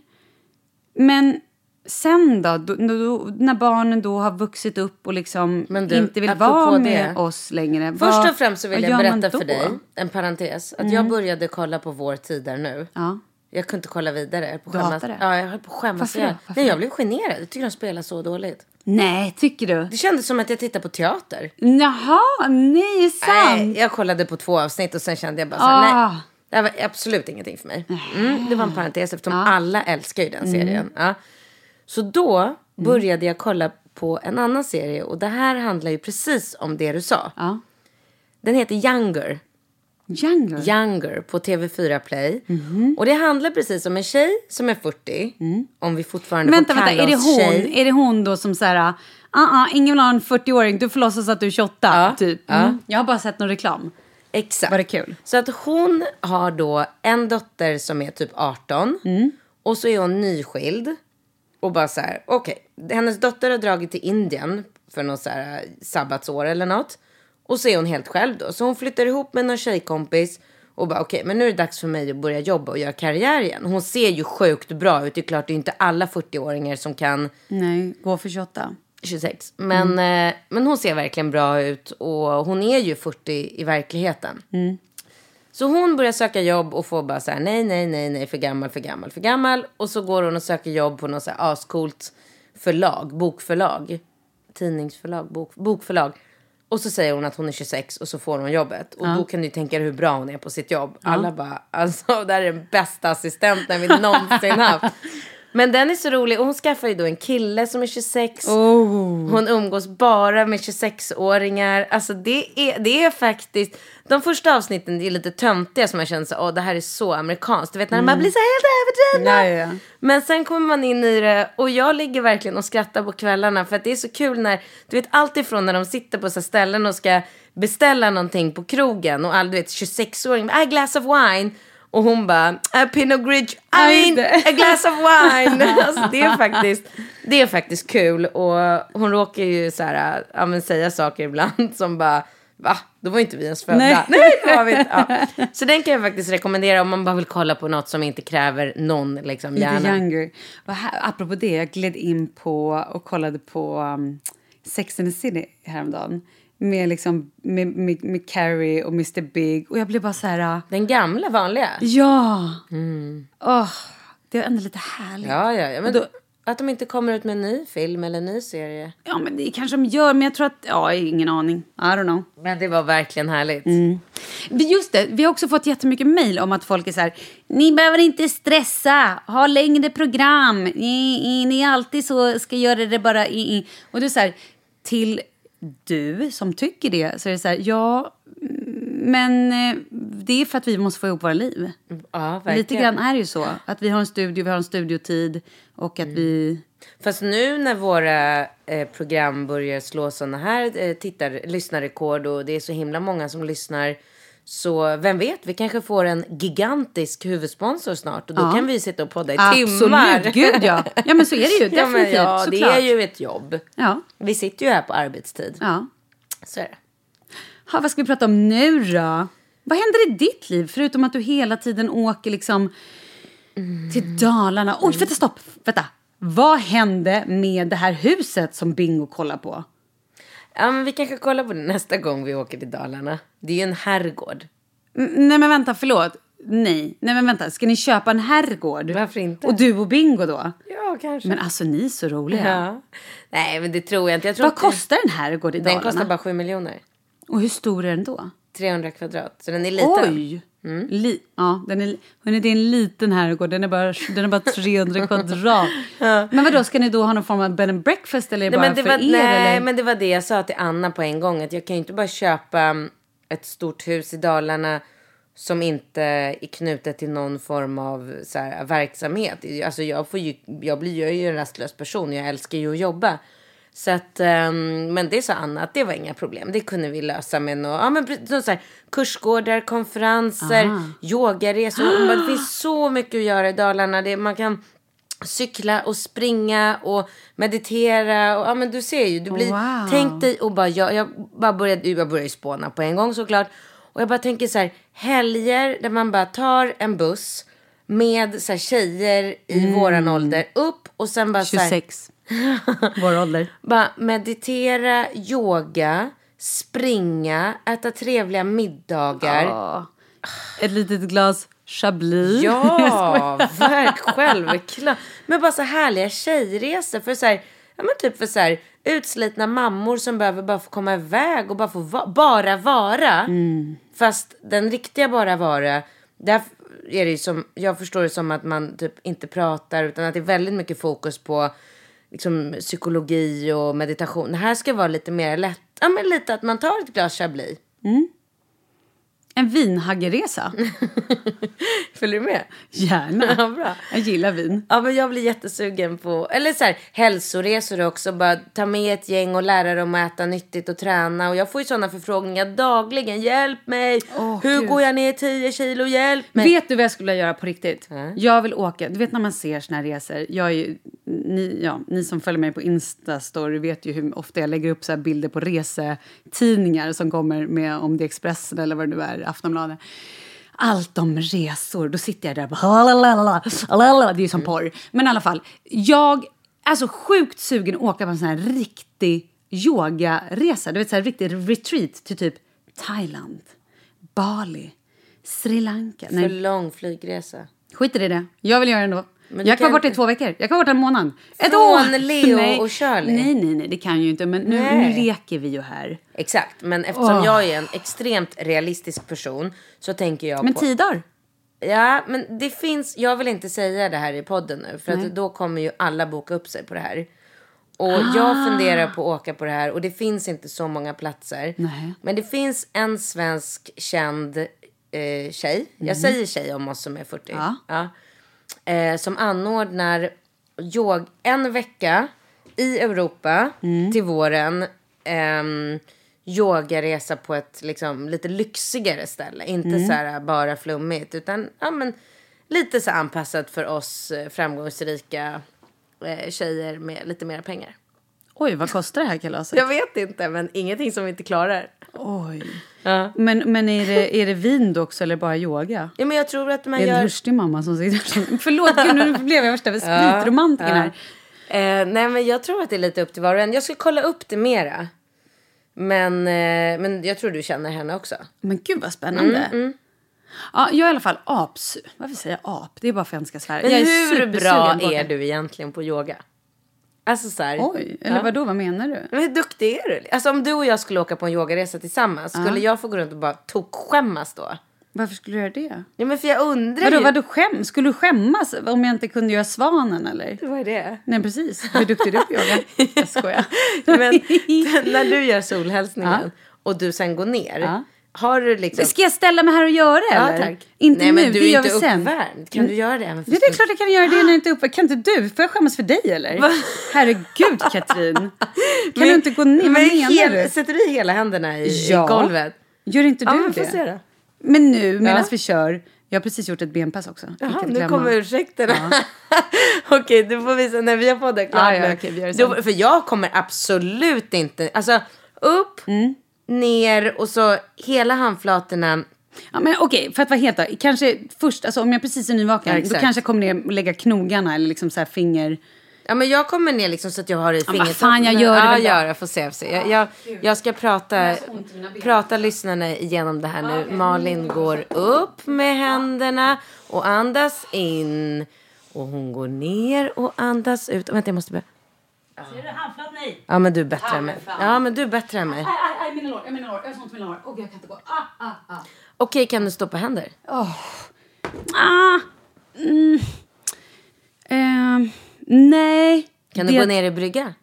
Men sen då när barnen då har vuxit upp och liksom inte vill vara med oss längre. Först och främst så vill jag berätta för dig, en parentes, att jag började kolla på Vår tid där nu. Ja. Jag kunde inte kolla vidare. Du hatar det? Ja, jag höll på att skämmas. Varför? Nej, jag blev generad. Jag tycker de spelar så dåligt. Nej, tycker du? Det kändes som att jag tittade på teater. Jaha, nej, sant. Nej, jag kollade på 2 avsnitt och sen kände jag bara så här, nej. Det var absolut ingenting för mig. Det var en parentes eftersom alla älskar ju den serien. Ja. Så då började jag kolla på en annan serie. Och det här handlar ju precis om det du sa. Ja. Den heter Younger. Younger på TV4 Play. Och det handlar precis om en tjej som är 40. Om vi fortfarande får kalla oss tjej. Är det hon då som säger ingen vill ha en 40-åring, du får låtsas att du är 28 typ. Jag har bara sett någon reklam. Exakt. Var det kul? Så att hon har då en dotter som är typ 18. Och så är hon nyskild. Och bara så här, okej. Hennes dotter har dragit till Indien för något så här sabbatsår eller något. Och så är hon helt själv då. Så hon flyttar ihop med någon tjejkompis. Och bara okej, men nu är det dags för mig att börja jobba och göra karriär igen. Hon ser ju sjukt bra ut. Det är klart, det är inte alla 40-åringar som kan... Nej, gå för 28. 26. Men hon ser verkligen bra ut. Och hon är ju 40 i verkligheten. Så hon börjar söka jobb och får bara så här, nej, för gammal. Och så går hon och söker jobb på något så här ascoolt bokförlag. Tidningsförlag, bokförlag. Och så säger hon att hon är 26 och så får hon jobbet. Och då kan du tänka dig hur bra hon är på sitt jobb. Alla bara, alltså det här är den bästa assistenten vi någonsin haft. Men den är så rolig. Och hon skaffar ju då en kille som är 26. Hon umgås bara med 26-åringar. Alltså det är faktiskt... De första avsnitten är lite töntiga som jag känner så, det här är så amerikanskt. Du vet när man blir så helt överdrivna. Ja. Men sen kommer man in i det. Och jag ligger verkligen och skrattar på kvällarna. För att det är så kul när... Du vet allt ifrån när de sitter på så ställen och ska beställa någonting på krogen. Och du vet 26-åring, a glass of wine. Och hon bara, a Pinot Grigio, a glass of wine. Alltså, det är faktiskt kul. Och hon råkar ju så här, säga saker ibland som bara, va? Då var inte vi ens födda. Nej, det var vi inte. Ja. Så den kan jag faktiskt rekommendera om man bara vill kolla på något som inte kräver någon liksom, hjärna. Younger. Apropå det, jag gled in på och kollade på Sex and the City häromdagen. Med Carrie och Mr. Big. Och jag blev bara så här... Den gamla vanliga? Ja. Det är ändå lite härligt. Ja. Men då, att de inte kommer ut med en ny film eller en ny serie. Ja, men det kanske de gör. Men jag tror att... ingen aning. I don't know. Men det var verkligen härligt. Just det, vi har också fått jättemycket mejl om att folk är så här... Ni behöver inte stressa. Ha längre program. Ni alltid så ska göra det bara Och det är så här... Till... Du som tycker det, så är det så här, men det är för att vi måste få ihop våra liv. Ja, verkligen. Lite grann är det ju så. Att vi har en studio, vi har en studiotid och att vi... Fast nu när våra program börjar slå såna här lyssnarrekord och det är så himla många som lyssnar, så vem vet, vi kanske får en gigantisk huvudsponsor snart och då kan vi sitta och podda i timmar. Absolut, gud ja. Ja, men så är det ju, definitivt. Ja, det är ju ett jobb. Ja. Vi sitter ju här på arbetstid. Ja. Så är det. Vad ska vi prata om nu då? Vad händer i ditt liv? Förutom att du hela tiden åker liksom till Dalarna. Oj, vänta. Vad hände med det här huset som Bingo kollar på? Ja, men vi kanske kollar på det nästa gång vi åker till Dalarna. Det är ju en herrgård. Nej, men vänta, förlåt. Nej, men vänta. Ska ni köpa en herrgård? Varför inte? Och du och Bingo då? Ja, kanske. Men alltså ni är så roliga. Ja. Nej, men det tror jag inte. Jag tror Vad kostar en herrgård i Dalarna? Den kostar bara 7 miljoner. Och hur stor är den då? 300 kvadrat. Så den är liten. Oj! Ja, det är en liten herrgård. Den är bara 300 kvadrat. Ja. Men vadå, ska ni då ha någon form av bed and breakfast eller bara för er? Nej, eller? men det var det jag sa till Anna på en gång. Att jag kan ju inte bara köpa ett stort hus i Dalarna som inte är knutet till någon form av så här, verksamhet. Alltså jag är ju en rastlös person. Jag älskar ju att jobba. Så att, men det sa Anna att det var inga problem. Det kunde vi lösa med så här, kursgårdar, konferenser, yogaresor. Det finns så mycket att göra i Dalarna. Man kan cykla och springa och meditera. Och, men du ser ju, tänk dig och bara, jag började spåna på en gång såklart. Och jag bara tänker så här, helger där man bara tar en buss med så här, tjejer i våran ålder upp och sen bara 26. Vår ålder. Bara meditera, yoga, springa, äta trevliga middagar. Ett litet glas Chablis. Ja, självklart. Men bara så härliga tjejresor för så här, typ för så här utslitna mammor som behöver bara få komma iväg och bara få bara vara. Fast den riktiga bara vara, där är det ju som, jag förstår det som att man typ inte pratar utan att det är väldigt mycket fokus på liksom psykologi och meditation. Det här ska vara lite mer lätt. Ja, men lite att man tar ett glas Chablis. En vinhaggeresa. Följer du med? Gärna. Ja, bra. Jag gillar vin. Ja, men jag blir jättesugen på... Eller så här, hälsoresor också. Bara ta med ett gäng och lära dem att äta nyttigt och träna. Och jag får ju sådana förfrågningar dagligen. Hjälp mig! Hur går jag ner 10 kilo? Hjälp mig! Vet du vad jag skulle göra på riktigt? Jag vill åka. Du vet när man ser såna här resor. Jag är ju... Ni som följer mig på Instastory vet ju hur ofta jag lägger upp så här bilder på resetidningar som kommer med om det är Expressen eller vad det nu är, Aftonbladet. Allt om resor. Då sitter jag där och bara... Det är ju som porr. Men i alla fall, jag är så sjukt sugen att åka på en sån här riktig yogaresa. Du vet, så här riktig retreat till typ Thailand, Bali, Sri Lanka. För lång flygresa. Skiter i det. Jag vill göra det ändå. Jag kan vara borta i 2 veckor. Jag kan vara borta en månad. Ett år. Leo och Charlie. Nej, det kan ju inte. Men nu leker vi ju här. Exakt, men eftersom jag är en extremt realistisk person så tänker jag men 10 dagar? Ja, men det finns... Jag vill inte säga det här i podden nu. För att då kommer ju alla boka upp sig på det här. Och jag funderar på att åka på det här. Och det finns inte så många platser. Nej. Men det finns en svensk känd tjej. Jag säger tjej om oss som är 40. Ja. Som anordnar en vecka i Europa till våren. Yogaresa på ett liksom, lite lyxigare ställe. Inte så här bara flummigt. Utan lite så anpassat för oss framgångsrika tjejer med lite mer pengar. Oj, vad kostar det här kalaset? Jag vet inte, men ingenting som vi inte klarar. Oj. Ja. Men är det vin då också eller bara yoga? Ja, men jag tror att man gör... En hurstig mamma som sitter... Förlåt, nu blev jag värsta spritromantiken här. Nej, men jag tror att det är lite upp till var och en. Jag ska kolla upp det mera. Men jag tror du känner henne också. Men gud vad spännande. Ja, jag är i alla fall aps. Varför säger jag ap? Det är bara för att jag ska svära. Men hur bra är du egentligen på yoga? Alltså så här, oj, eller vadå, vad menar du? Men hur duktig är du? Alltså om du och jag skulle åka på en yogaresa tillsammans, skulle jag få gå runt och bara tokskämmas då? Varför skulle du göra det? Ja, men för jag undrar vadå skulle du skämmas om jag inte kunde göra svanen eller? Vad är det? Nej, precis. Hur duktig är du på yoga? Jag skojar. Men när du gör solhälsningen och du sen går ner... Har du liksom... Ska jag ställa mig här och göra det, eller? Ja, tack. Inte nej, nu, men du är inte uppvärmd. Kan du göra det? Ja, det är klart jag kan göra det när jag inte är uppvärmd. Kan inte du? Får jag skämmas för dig, eller? Herregud, Katrin. Kan du inte gå ner? Vad menar du? Sätter du hela händerna i golvet? Gör inte du det? Får se då. Men nu, medan vi kör... Jag har precis gjort ett benpass också. Jaha, nu kommer ursäkterna. Okej, du får visa när vi har fått det klart. Okay, för jag kommer absolut inte... Alltså, upp... ner och så hela handflatorna. Ja, men okej, för att vara helt då, kanske först, alltså om jag precis är nyvaken, då kanske jag kommer ner och lägga knogarna eller liksom så här Ja, men jag kommer ner liksom så att jag har i fingret. Vad fan, jag gör det väl. Ja, jag får se. Jag ska prata lyssnarna igenom det här nu. Malin går upp med händerna och andas in. Och hon går ner och andas ut. Vänta, jag måste börja. Ser du handflat? Nej. Ja, men du är bättre än mig. Ja, men du är bättre än mig. Aj, mina lår. Jag har sånt mina lår. Åh, jag kan inte gå. Okej, kan du stå på händer? Nej. Kan du gå ner i brygga?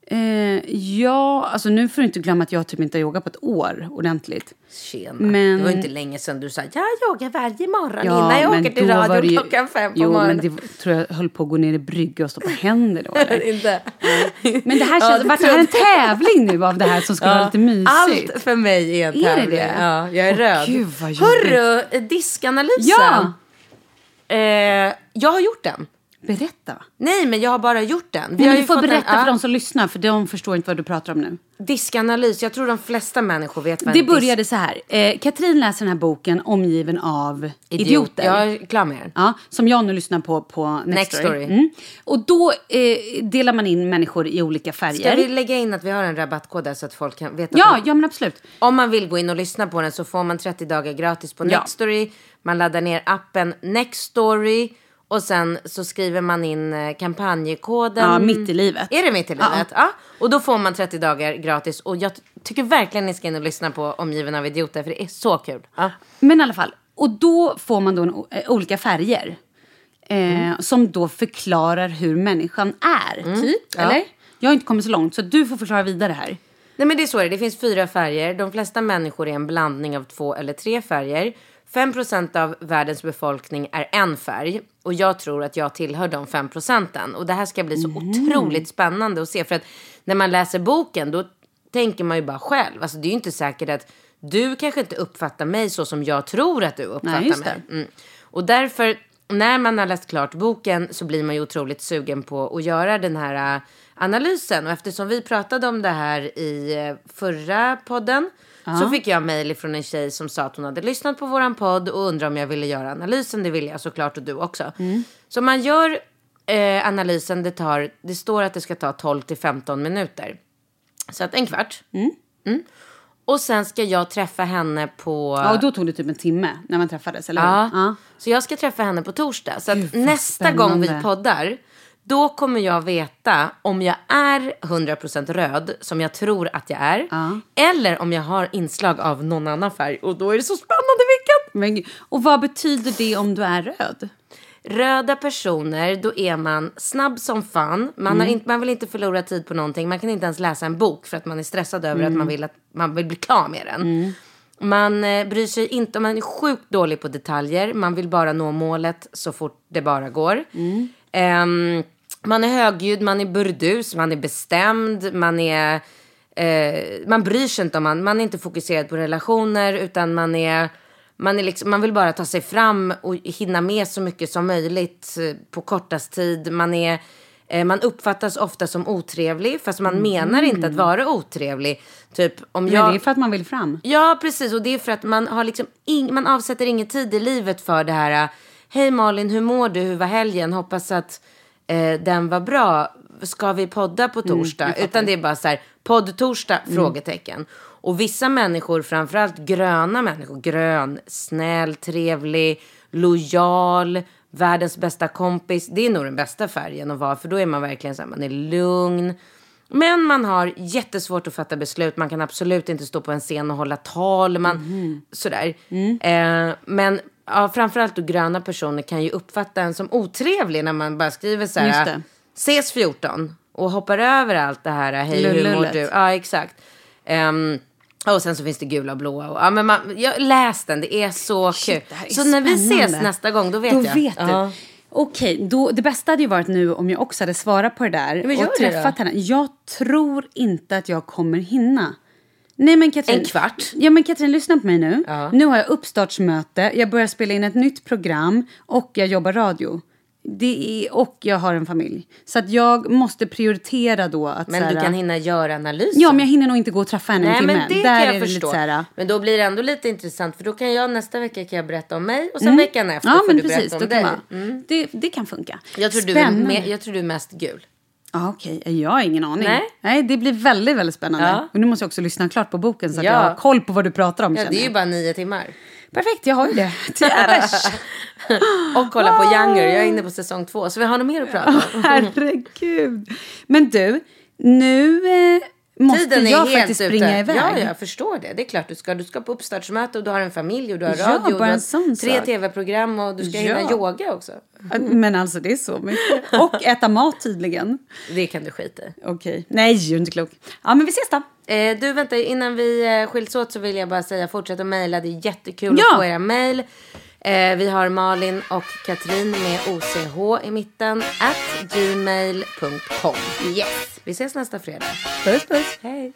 Ja, alltså nu får du inte glömma att jag typ inte har yogat på ett år ordentligt. Tjena. Men... Det var inte länge sedan du sa jag yogar varje morgon innan jag åker till radion klockan 5 på morgonen. Men det tror jag höll på att gå ner i brygga och stå på händer då. Eller? Inte. Men det här känns, vart det här en tävling nu av det här som skulle vara lite mysigt? Allt för mig är en tävling. Är det? Ja, jag är röd. Gud, vad hörru, diskanalysen. Ja! Jag har gjort den. Berätta. Nej, men jag har bara gjort den. Men du får berätta för de som lyssnar, för de förstår inte vad du pratar om nu. Diskanalys, jag tror de flesta människor vet vad det började så här. Katrin läser den här boken omgiven av idioter. Jag är klar med den. Ja, som jag nu lyssnar på Next Story. Och då delar man in människor i olika färger. Ska vi lägga in att vi har en rabattkod där så att folk kan veta? Ja, men absolut. Om man vill gå in och lyssna på den så får man 30 dagar gratis på Next Story. Man laddar ner appen Next Story. Och sen så skriver man in kampanjkoden. Ja, mitt i livet. Är det mitt i livet? Ja. Och då får man 30 dagar gratis. Och jag tycker verkligen ni ska in och lyssna på Omgiven av idioter. För det är så kul. Ja. Men i alla fall. Och då får man då olika färger. Som då förklarar hur människan är. Typ, eller? Jag har inte kommit så långt. Så du får förklara vidare här. Nej, men det är så. Det finns 4 färger. De flesta människor är en blandning av 2 eller 3 färger. 5% av världens befolkning är en färg. Och jag tror att jag tillhör de 5%. Och det här ska bli så otroligt spännande att se. För att när man läser boken, då tänker man ju bara själv. Alltså det är ju inte säkert att du kanske inte uppfattar mig så som jag tror att du uppfattar mig. Och därför, när man har läst klart boken så blir man ju otroligt sugen på att göra den här analysen. Och eftersom vi pratade om det här i förra podden... Så fick jag mejl från en tjej som sa att hon hade lyssnat på våran podd och undrade om jag ville göra analysen. Det ville jag såklart, och du också. Så man gör analysen, det står att det ska ta 12-15 minuter. Så att en kvart. Och sen ska jag träffa henne på... Ja, och då tog det typ en timme när man träffades, eller hur? Ja. Så jag ska träffa henne på torsdag. Så att nästa gång vi poddar... Då kommer jag veta om jag är 100% röd, som jag tror att jag är. Eller om jag har inslag av någon annan färg. Och då är det så spännande vilken. Och vad betyder det om du är röd? Röda personer, då är man snabb som fan. Man vill inte förlora tid på någonting. Man kan inte ens läsa en bok för att man är stressad över att man vill bli klar med den. Man bryr sig inte, man är sjukt dålig på detaljer. Man vill bara nå målet så fort det bara går. Man är högljudd, man är burdus, man är bestämd, man bryr sig inte om man är inte fokuserad på relationer, utan man vill bara ta sig fram och hinna med så mycket som möjligt på kortast tid. Man uppfattas ofta som otrevlig, fast man menar inte att vara otrevlig. Typ, men det är för att man vill fram. Ja, precis. Och det är för att man har man avsätter ingen tid i livet för det här. Hej Malin, hur mår du? Hur var helgen? Hoppas att den var bra. Ska vi podda på torsdag? Utan det är bara så här, podd torsdag, frågetecken. Och vissa människor, framförallt gröna människor. Grön, snäll, trevlig, lojal, världens bästa kompis. Det är nog den bästa färgen att vara. För då är man verkligen så här, man är lugn. Men man har jättesvårt att fatta beslut. Man kan absolut inte stå på en scen och hålla tal. Sådär. Men framförallt då gröna personer kan ju uppfatta en som otrevlig när man bara skriver så här. Ses 14 och hoppar över allt det här. Hej, hur mår du? Ja, exakt. Och sen så finns det gula och blåa. Jag läste den, det är så kul. Så när vi ses nästa gång, då vet jag. Vet du. Okej, det bästa hade ju varit nu om jag också hade svarat på det där och träffat henne. Jag tror inte att jag kommer hinna. Nej, men Katrin, en kvart. Ja, men Katrin, lyssna på mig nu. Nu har jag uppstartsmöte, jag börjar spela in ett nytt program och jag jobbar radio. Och jag har en familj. Så att jag måste prioritera då att... Men du kan hinna göra analysen. Ja, men jag hinner nog inte gå och träffa henne en timme. Men det där kan jag förstå. Men då blir det ändå lite intressant. För då kan jag nästa vecka berätta om mig. Och sen veckan efter får du berätta om dig. Det kan funka. Jag tror du är mest gul. Okej. Jag har ingen aning. Nej, det blir väldigt, väldigt spännande. Ja. Och nu måste jag också lyssna klart på boken så att jag har koll på vad du pratar om. Ja, det är ju bara 9 timmar. Perfekt, jag har ju det. Och kolla på Younger, jag är inne på säsong 2. Så vi har nog mer att prata om. Herregud. Men du, nu måste tiden är jag helt faktiskt springa iväg. Ja, jag förstår det. Det är klart du ska på uppstartsmöte och du har en familj och du har radio. Bara och du har 3 tv-program och du ska hinna yoga också. Men alltså det är så mycket. Och äta mat tydligen. Det kan du skita i. Okej. Nej, jag är inte klok. Ja, men vi ses då. Du, vänta, innan vi skiljs åt så vill jag bara säga fortsätt att mejla. Det är jättekul att få era mejl. Vi har Malin och Katrin med OCH i mitten @gmail.com. Yes, vi ses nästa fredag. Puss, puss. Hej.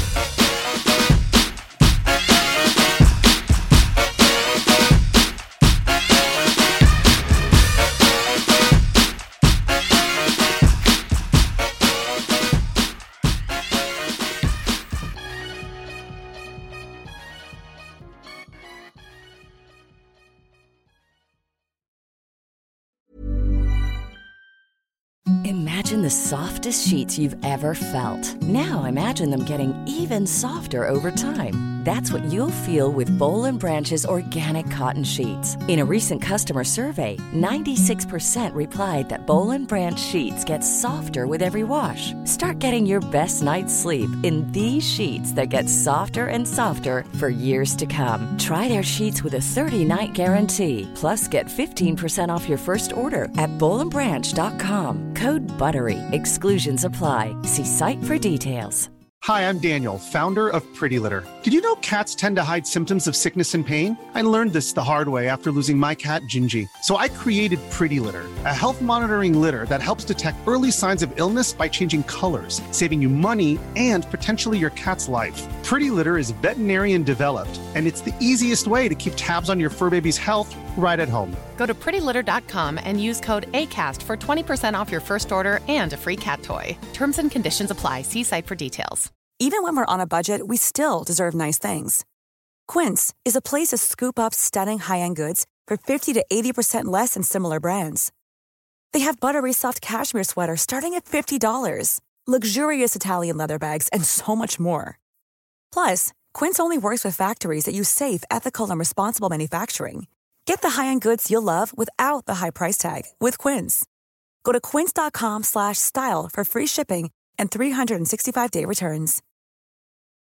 Imagine the softest sheets you've ever felt. Now imagine them getting even softer over time. That's what you'll feel with Boll & Branch's organic cotton sheets. In a recent customer survey, 96% replied that Boll & Branch sheets get softer with every wash. Start getting your best night's sleep in these sheets that get softer and softer for years to come. Try their sheets with a 30-night guarantee. Plus, get 15% off your first order at bollandbranch.com. Code BUTTERY. Exclusions apply. See site for details. Hi, I'm Daniel, founder of Pretty Litter. Did you know cats tend to hide symptoms of sickness and pain? I learned this the hard way after losing my cat, Gingy. So I created Pretty Litter, a health monitoring litter that helps detect early signs of illness by changing colors, saving you money and potentially your cat's life. Pretty Litter is veterinarian developed, and it's the easiest way to keep tabs on your fur baby's health right at home. Go to prettylitter.com and use code ACAST for 20% off your first order and a free cat toy. Terms and conditions apply. See site for details. Even when we're on a budget, we still deserve nice things. Quince is a place to scoop up stunning high-end goods for 50 to 80% less than similar brands. They have buttery soft cashmere sweaters starting at $50, luxurious Italian leather bags, and so much more. Plus, Quince only works with factories that use safe, ethical, and responsible manufacturing. Get the high-end goods you'll love without the high price tag with Quince. Go to quince.com/style for free shipping and 365-day returns.